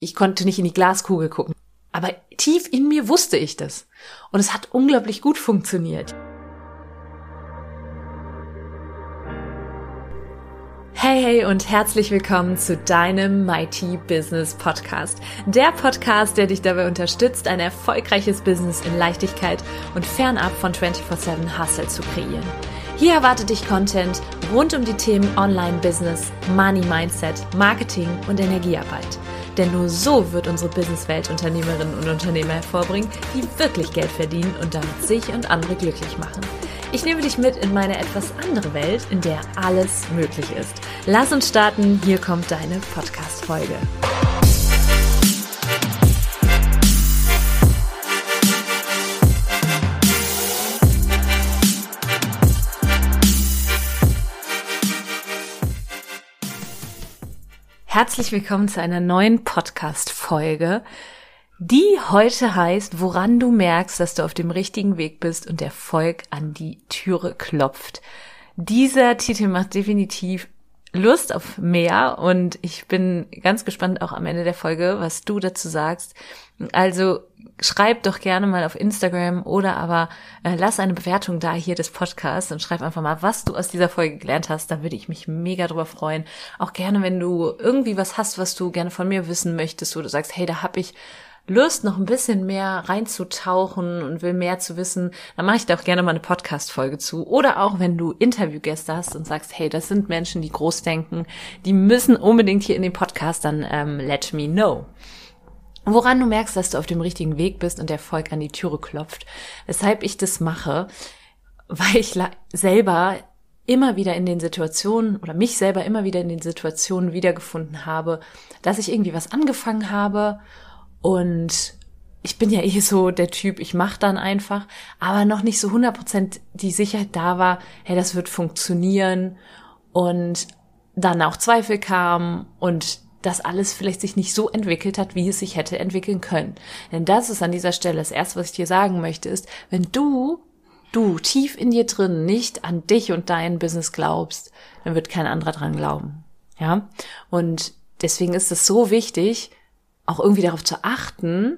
ich konnte nicht in die Glaskugel gucken. Aber tief in mir wusste ich das. Und es hat unglaublich gut funktioniert. Hey und herzlich willkommen zu deinem Mighty Business Podcast. Der Podcast, der dich dabei unterstützt, ein erfolgreiches Business in Leichtigkeit und fernab von 24/7 Hustle zu kreieren. Hier erwartet dich Content rund um die Themen Online-Business, Money-Mindset, Marketing und Energiearbeit. Denn nur so wird unsere Businesswelt Unternehmerinnen und Unternehmer hervorbringen, die wirklich Geld verdienen und damit sich und andere glücklich machen. Ich nehme dich mit in meine etwas andere Welt, in der alles möglich ist. Lass uns starten, hier kommt deine Podcast-Folge. Herzlich willkommen zu einer neuen Podcast-Folge, die heute heißt, woran du merkst, dass du auf dem richtigen Weg bist und Erfolg an die Türe klopft. Dieser Titel macht definitiv Lust auf mehr und ich bin ganz gespannt auch am Ende der Folge, was du dazu sagst. Also schreib doch gerne mal auf Instagram oder aber lass eine Bewertung da hier des Podcasts und schreib einfach mal, was du aus dieser Folge gelernt hast. Da würde ich mich mega drüber freuen. Auch gerne, wenn du irgendwie was hast, was du gerne von mir wissen möchtest, wo du sagst, hey, da habe ich Lust, noch ein bisschen mehr reinzutauchen und will mehr zu wissen, dann mache ich da auch gerne mal eine Podcast-Folge zu. Oder auch, wenn du Interviewgäste hast und sagst, hey, das sind Menschen, die groß denken, die müssen unbedingt hier in den Podcast, dann let me know. Woran du merkst, dass du auf dem richtigen Weg bist und der Erfolg an die Türe klopft. Weshalb ich das mache, weil ich selber immer wieder in den Situationen oder mich selber immer wieder in den Situationen wiedergefunden habe, dass ich irgendwie was angefangen habe und ich bin ja so der Typ, ich mache dann einfach, aber noch nicht so 100% die Sicherheit da war, hey, das wird funktionieren und dann auch Zweifel kamen und das alles vielleicht sich nicht so entwickelt hat, wie es sich hätte entwickeln können. Denn das ist an dieser Stelle das Erste, was ich dir sagen möchte, ist, wenn du tief in dir drin nicht an dich und dein Business glaubst, dann wird kein anderer dran glauben. Ja? Und deswegen ist es so wichtig, auch irgendwie darauf zu achten,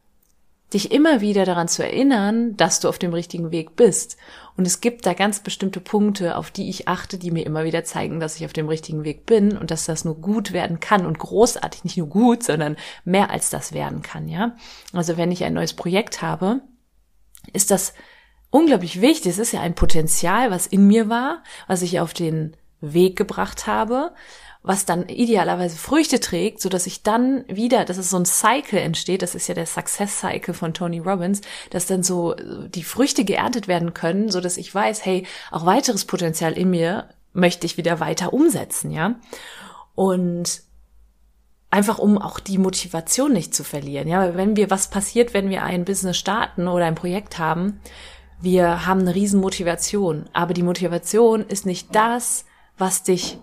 dich immer wieder daran zu erinnern, dass du auf dem richtigen Weg bist. Und es gibt da ganz bestimmte Punkte, auf die ich achte, die mir immer wieder zeigen, dass ich auf dem richtigen Weg bin und dass das nur gut werden kann und großartig, nicht nur gut, sondern mehr als das werden kann, ja. Also wenn ich ein neues Projekt habe, ist das unglaublich wichtig. Es ist ja ein Potenzial, was in mir war, was ich auf den Weg gebracht habe, was dann idealerweise Früchte trägt, so dass ich dann wieder, dass es so ein Cycle entsteht, das ist ja der Success Cycle von Tony Robbins, dass dann so die Früchte geerntet werden können, so dass ich weiß, hey, auch weiteres Potenzial in mir möchte ich wieder weiter umsetzen, ja. Und einfach um auch die Motivation nicht zu verlieren, ja, weil was passiert, wenn wir ein Business starten oder ein Projekt haben, wir haben eine riesen Motivation, aber die Motivation ist nicht das, was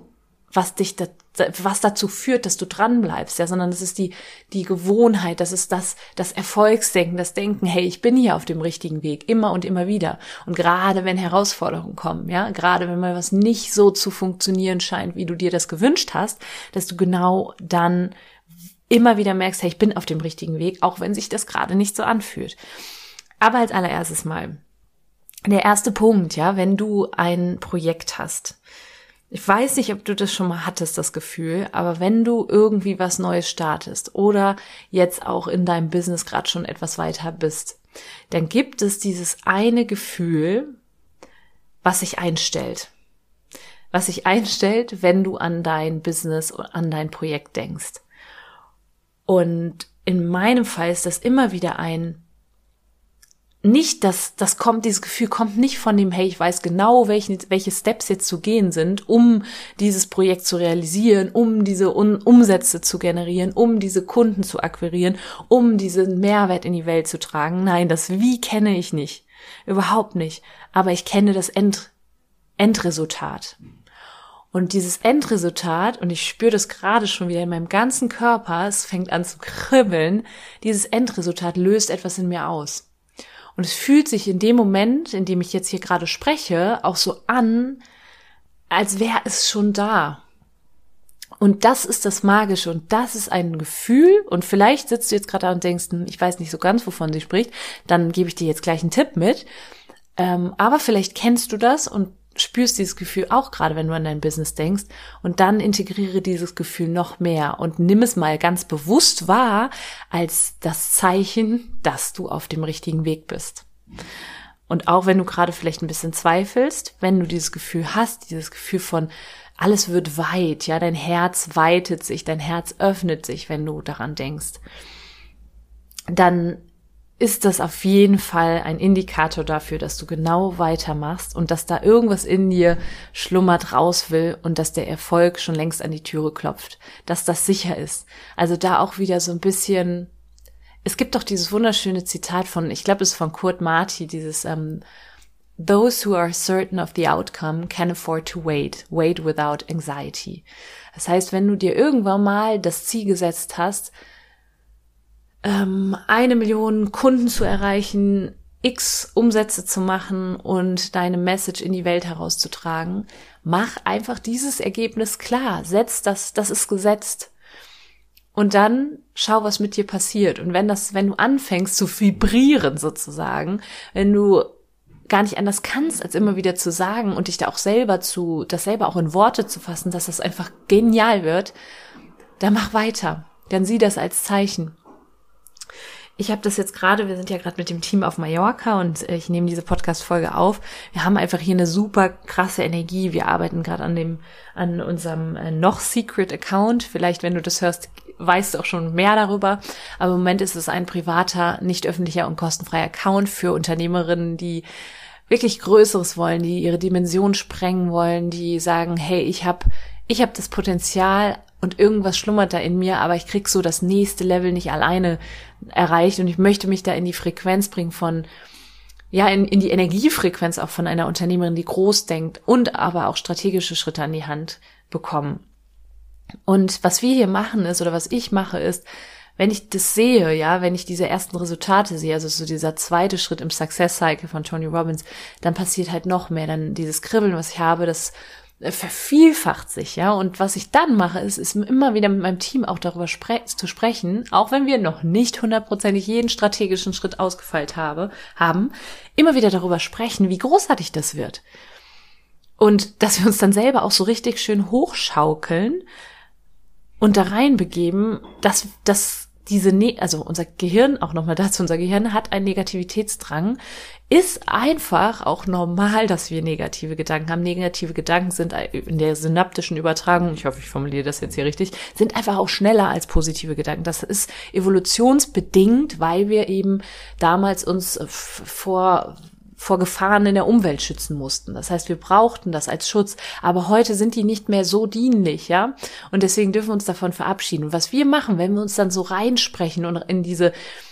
dazu führt, dass du dran bleibst, ja, sondern das ist die Gewohnheit, das ist das Erfolgsdenken, das Denken, hey, ich bin hier auf dem richtigen Weg, immer und immer wieder. Und gerade wenn Herausforderungen kommen, ja, gerade wenn mal was nicht so zu funktionieren scheint, wie du dir das gewünscht hast, dass du genau dann immer wieder merkst, hey, ich bin auf dem richtigen Weg, auch wenn sich das gerade nicht so anfühlt. Aber als allererstes mal, der erste Punkt, ja, wenn du ein Projekt hast. Ich weiß nicht, ob du das schon mal hattest, das Gefühl, aber wenn du irgendwie was Neues startest oder jetzt auch in deinem Business gerade schon etwas weiter bist, dann gibt es dieses eine Gefühl, was sich einstellt. Was sich einstellt, wenn du an dein Business und an dein Projekt denkst. Und in meinem Fall ist das immer wieder dieses Gefühl kommt nicht von dem, hey, ich weiß genau, welche Steps jetzt zu gehen sind, um dieses Projekt zu realisieren, um diese Umsätze zu generieren, um diese Kunden zu akquirieren, um diesen Mehrwert in die Welt zu tragen. Nein, das Wie kenne ich nicht. Überhaupt nicht. Aber ich kenne das Endresultat. Und dieses Endresultat, und ich spüre das gerade schon wieder in meinem ganzen Körper, es fängt an zu kribbeln, dieses Endresultat löst etwas in mir aus. Und es fühlt sich in dem Moment, in dem ich jetzt hier gerade spreche, auch so an, als wäre es schon da. Und das ist das Magische und das ist ein Gefühl und vielleicht sitzt du jetzt gerade da und denkst, ich weiß nicht so ganz, wovon sie spricht, dann gebe ich dir jetzt gleich einen Tipp mit. Aber vielleicht kennst du das und spürst dieses Gefühl auch gerade, wenn du an dein Business denkst und dann integriere dieses Gefühl noch mehr und nimm es mal ganz bewusst wahr als das Zeichen, dass du auf dem richtigen Weg bist. Und auch wenn du gerade vielleicht ein bisschen zweifelst, wenn du dieses Gefühl hast, dieses Gefühl von alles wird weit, ja, dein Herz weitet sich, dein Herz öffnet sich, wenn du daran denkst, dann ist das auf jeden Fall ein Indikator dafür, dass du genau weitermachst und dass da irgendwas in dir schlummert, raus will und dass der Erfolg schon längst an die Türe klopft, dass das sicher ist. Also da auch wieder so ein bisschen, es gibt doch dieses wunderschöne Zitat von, ich glaube, es ist von Kurt Marti, dieses Those who are certain of the outcome can afford to wait without anxiety. Das heißt, wenn du dir irgendwann mal das Ziel gesetzt hast, 1 Million Kunden zu erreichen, X Umsätze zu machen und deine Message in die Welt herauszutragen, mach einfach dieses Ergebnis klar, das ist gesetzt. Und dann schau, was mit dir passiert. Und wenn du anfängst zu vibrieren sozusagen, wenn du gar nicht anders kannst, als immer wieder zu sagen und dich da auch das selber auch in Worte zu fassen, dass das einfach genial wird, dann mach weiter. Dann sieh das als Zeichen. Ich habe das jetzt gerade, wir sind ja gerade mit dem Team auf Mallorca und ich nehme diese Podcast-Folge auf. Wir haben einfach hier eine super krasse Energie. Wir arbeiten gerade an unserem noch Secret Account. Vielleicht, wenn du das hörst, weißt du auch schon mehr darüber. Aber im Moment ist es ein privater, nicht öffentlicher und kostenfreier Account für Unternehmerinnen, die wirklich Größeres wollen, die ihre Dimension sprengen wollen, die sagen, hey, ich hab das Potenzial und irgendwas schlummert da in mir, aber ich krieg so das nächste Level nicht alleine erreicht und ich möchte mich da in die Frequenz bringen von, ja, in die Energiefrequenz auch von einer Unternehmerin, die groß denkt und aber auch strategische Schritte an die Hand bekommen. Und was wir hier machen ist, oder was ich mache ist, wenn ich das sehe, ja, wenn ich diese ersten Resultate sehe, also so dieser zweite Schritt im Success Cycle von Tony Robbins, dann passiert halt noch mehr, dann dieses Kribbeln, was ich habe, das vervielfacht sich, ja, und was ich dann mache, ist immer wieder mit meinem Team auch darüber zu sprechen, auch wenn wir noch nicht 100% jeden strategischen Schritt ausgefeilt haben, immer wieder darüber sprechen, wie großartig das wird. Und dass wir uns dann selber auch so richtig schön hochschaukeln und da reinbegeben, dass also unser Gehirn, auch nochmal dazu, unser Gehirn hat einen Negativitätsdrang, ist einfach auch normal, dass wir negative Gedanken haben. Negative Gedanken sind in der synaptischen Übertragung, ich hoffe, ich formuliere das jetzt hier richtig, sind einfach auch schneller als positive Gedanken. Das ist evolutionsbedingt, weil wir eben damals uns vor Gefahren in der Umwelt schützen mussten. Das heißt, wir brauchten das als Schutz, aber heute sind die nicht mehr so dienlich, ja? Und deswegen dürfen wir uns davon verabschieden. Und was wir machen, wenn wir uns dann so reinsprechen und in diese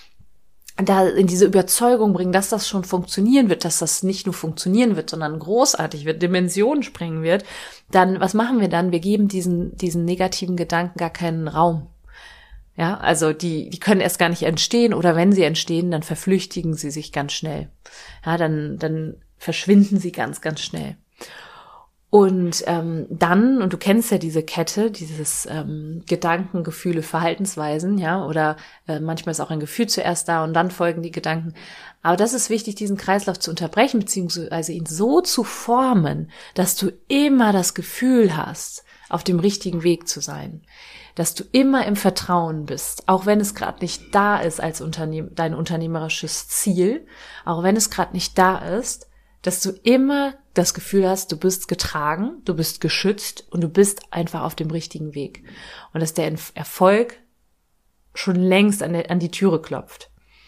Überzeugung bringen, dass das schon funktionieren wird, dass das nicht nur funktionieren wird, sondern großartig wird, Dimensionen sprengen wird, dann, was machen wir dann? Wir geben diesen negativen Gedanken gar keinen Raum. Ja, also die können erst gar nicht entstehen oder wenn sie entstehen, dann verflüchtigen sie sich ganz schnell. Ja, dann verschwinden sie ganz, ganz schnell. Und dann, und du kennst ja diese Kette, dieses Gedanken, Gefühle, Verhaltensweisen, ja, oder manchmal ist auch ein Gefühl zuerst da und dann folgen die Gedanken. Aber das ist wichtig, diesen Kreislauf zu unterbrechen, beziehungsweise ihn so zu formen, dass du immer das Gefühl hast, auf dem richtigen Weg zu sein. Dass du immer im Vertrauen bist, auch wenn es gerade nicht da ist als dein unternehmerisches Ziel, auch wenn es gerade nicht da ist, dass du immer das Gefühl hast, du bist getragen, du bist geschützt und du bist einfach auf dem richtigen Weg. Und dass der Erfolg schon längst an die Türe klopft.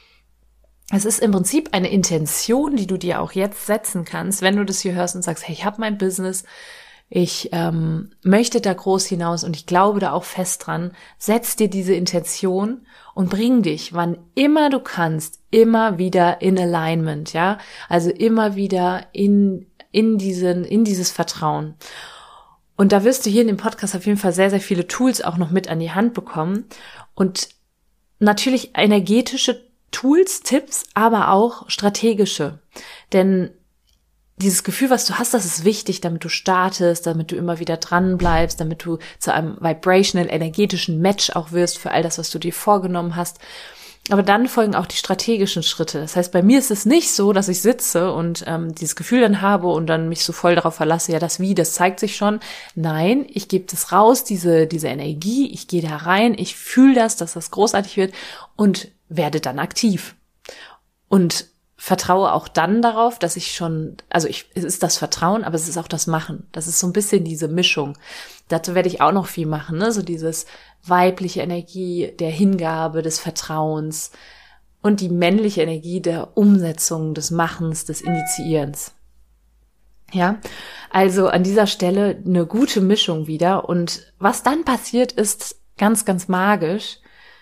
Es ist im Prinzip eine Intention, die du dir auch jetzt setzen kannst, wenn du das hier hörst und sagst, hey, ich habe mein Business, ich möchte da groß hinaus und ich glaube da auch fest dran. Setz dir diese Intention und bring dich, wann immer du kannst, immer wieder in Alignment, ja, also immer wieder in dieses Vertrauen. Und da wirst du hier in dem Podcast auf jeden Fall sehr, sehr viele Tools auch noch mit an die Hand bekommen und natürlich energetische Tools, Tipps, aber auch strategische, denn dieses Gefühl, was du hast, das ist wichtig, damit du startest, damit du immer wieder dran bleibst, damit du zu einem vibrational, energetischen Match auch wirst für all das, was du dir vorgenommen hast. Aber dann folgen auch die strategischen Schritte. Das heißt, bei mir ist es nicht so, dass ich sitze und dieses Gefühl dann habe und dann mich so voll darauf verlasse, ja, das zeigt sich schon. Nein, ich gebe das raus, diese Energie, ich gehe da rein, ich fühle das, dass das großartig wird und werde dann aktiv. Und vertraue auch dann darauf, dass ich schon, es ist das Vertrauen, aber es ist auch das Machen. Das ist so ein bisschen diese Mischung. Dazu werde ich auch noch viel machen, ne? So dieses weibliche Energie der Hingabe, des Vertrauens und die männliche Energie der Umsetzung, des Machens, des Initiierens. Ja, also an dieser Stelle eine gute Mischung wieder. Und was dann passiert, ist ganz, ganz magisch.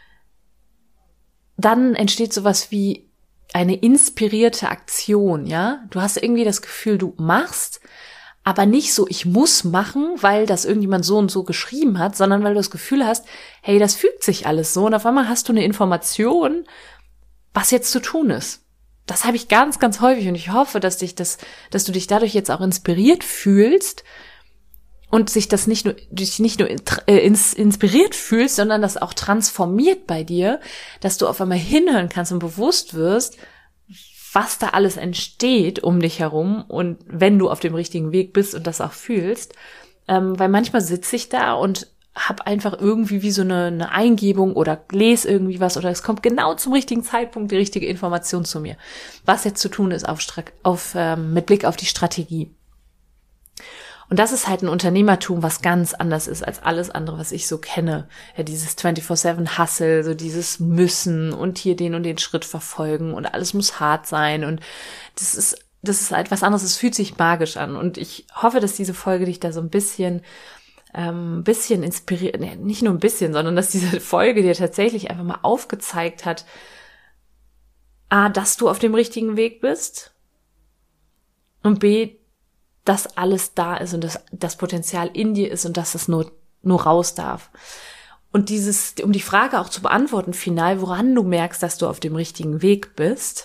Dann entsteht sowas wie eine inspirierte Aktion, ja? Du hast irgendwie das Gefühl, du machst, aber nicht so, ich muss machen, weil das irgendjemand so und so geschrieben hat, sondern weil du das Gefühl hast, hey, das fügt sich alles so und auf einmal hast du eine Information, was jetzt zu tun ist. Das habe ich ganz, ganz häufig und ich hoffe, dass du dich dadurch jetzt auch inspiriert fühlst und sich das nicht nur inspiriert fühlst, sondern das auch transformiert bei dir, dass du auf einmal hinhören kannst und bewusst wirst, was da alles entsteht um dich herum und wenn du auf dem richtigen Weg bist und das auch fühlst. Weil manchmal sitze ich da und habe einfach irgendwie wie so eine Eingebung oder lese irgendwie was oder es kommt genau zum richtigen Zeitpunkt die richtige Information zu mir. Was jetzt zu tun ist mit Blick auf die Strategie. Und das ist halt ein Unternehmertum, was ganz anders ist als alles andere, was ich so kenne. Ja, dieses 24/7 Hustle, so dieses Müssen und hier den und den Schritt verfolgen und alles muss hart sein und das ist halt was anderes, es fühlt sich magisch an und ich hoffe, dass diese Folge dich da so ein bisschen inspiriert, nicht nur ein bisschen, sondern dass diese Folge dir tatsächlich einfach mal aufgezeigt hat, A, dass du auf dem richtigen Weg bist und B, dass alles da ist und dass das Potenzial in dir ist und dass es nur raus darf. Und um die Frage auch zu beantworten, final, woran du merkst, dass du auf dem richtigen Weg bist.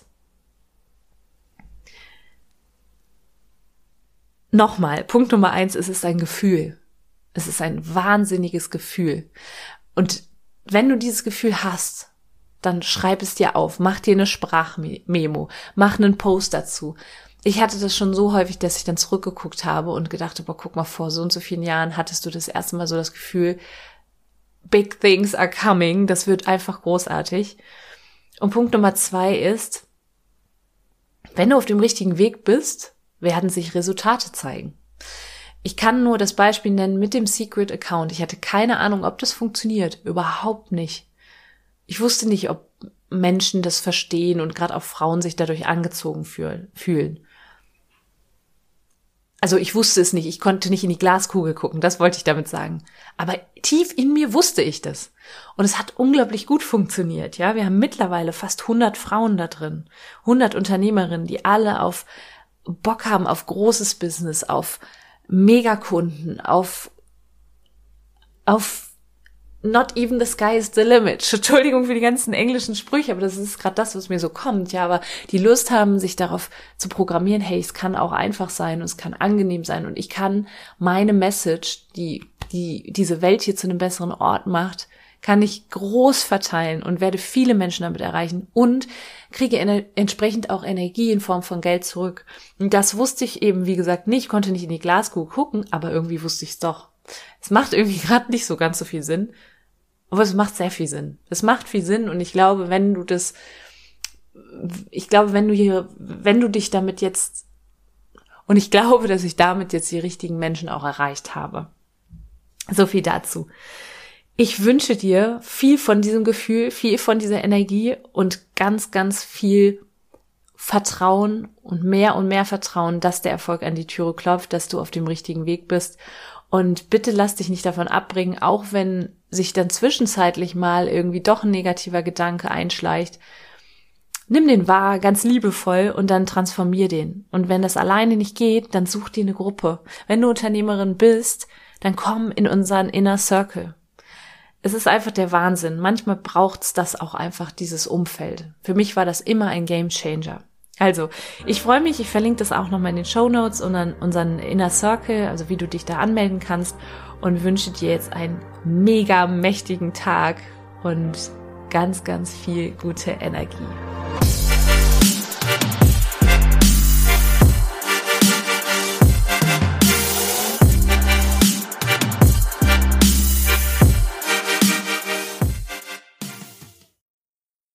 Nochmal, Punkt Nummer 1, es ist ein Gefühl. Es ist ein wahnsinniges Gefühl. Und wenn du dieses Gefühl hast, dann schreib es dir auf, mach dir eine Sprachmemo, mach einen Post dazu. Ich hatte das schon so häufig, dass ich dann zurückgeguckt habe und gedacht habe, guck mal, vor so und so vielen Jahren hattest du das erste Mal so das Gefühl, big things are coming, das wird einfach großartig. Und Punkt Nummer 2 ist, wenn du auf dem richtigen Weg bist, werden sich Resultate zeigen. Ich kann nur das Beispiel nennen mit dem Secret Account. Ich hatte keine Ahnung, ob das funktioniert. Überhaupt nicht. Ich wusste nicht, ob Menschen das verstehen und gerade auch Frauen sich dadurch angezogen fühlen. Also ich wusste es nicht, ich konnte nicht in die Glaskugel gucken, das wollte ich damit sagen. Aber tief in mir wusste ich das. Und es hat unglaublich gut funktioniert, ja. Wir haben mittlerweile fast 100 Frauen da drin, 100 Unternehmerinnen, die alle auf Bock haben auf großes Business, auf Megakunden, auf not even the sky is the limit. Entschuldigung für die ganzen englischen Sprüche, aber das ist gerade das, was mir so kommt. Ja, aber die Lust haben, sich darauf zu programmieren, hey, es kann auch einfach sein und es kann angenehm sein und ich kann meine Message, die diese Welt hier zu einem besseren Ort macht, kann ich groß verteilen und werde viele Menschen damit erreichen und kriege entsprechend auch Energie in Form von Geld zurück. Und das wusste ich eben, wie gesagt, nicht, konnte nicht in die Glaskugel gucken, aber irgendwie wusste ich es doch. Es macht irgendwie gerade nicht so ganz so viel Sinn, aber es macht sehr viel Sinn. Es macht viel Sinn und ich glaube, wenn du dich damit jetzt, und ich glaube, dass ich damit jetzt die richtigen Menschen auch erreicht habe. So viel dazu. Ich wünsche dir viel von diesem Gefühl, viel von dieser Energie und ganz, ganz viel Vertrauen und mehr Vertrauen, dass der Erfolg an die Türe klopft, dass du auf dem richtigen Weg bist. Und bitte lass dich nicht davon abbringen, auch wenn sich dann zwischenzeitlich mal irgendwie doch ein negativer Gedanke einschleicht. Nimm den wahr, ganz liebevoll und dann transformier den. Und wenn das alleine nicht geht, dann such dir eine Gruppe. Wenn du Unternehmerin bist, dann komm in unseren Inner Circle. Es ist einfach der Wahnsinn. Manchmal braucht's das auch einfach, dieses Umfeld. Für mich war das immer ein Game Changer. Also, ich freue mich, ich verlinke das auch nochmal in den Shownotes und dann unseren Inner Circle, also wie du dich da anmelden kannst, und wünsche dir jetzt einen mega mächtigen Tag und ganz, ganz viel gute Energie.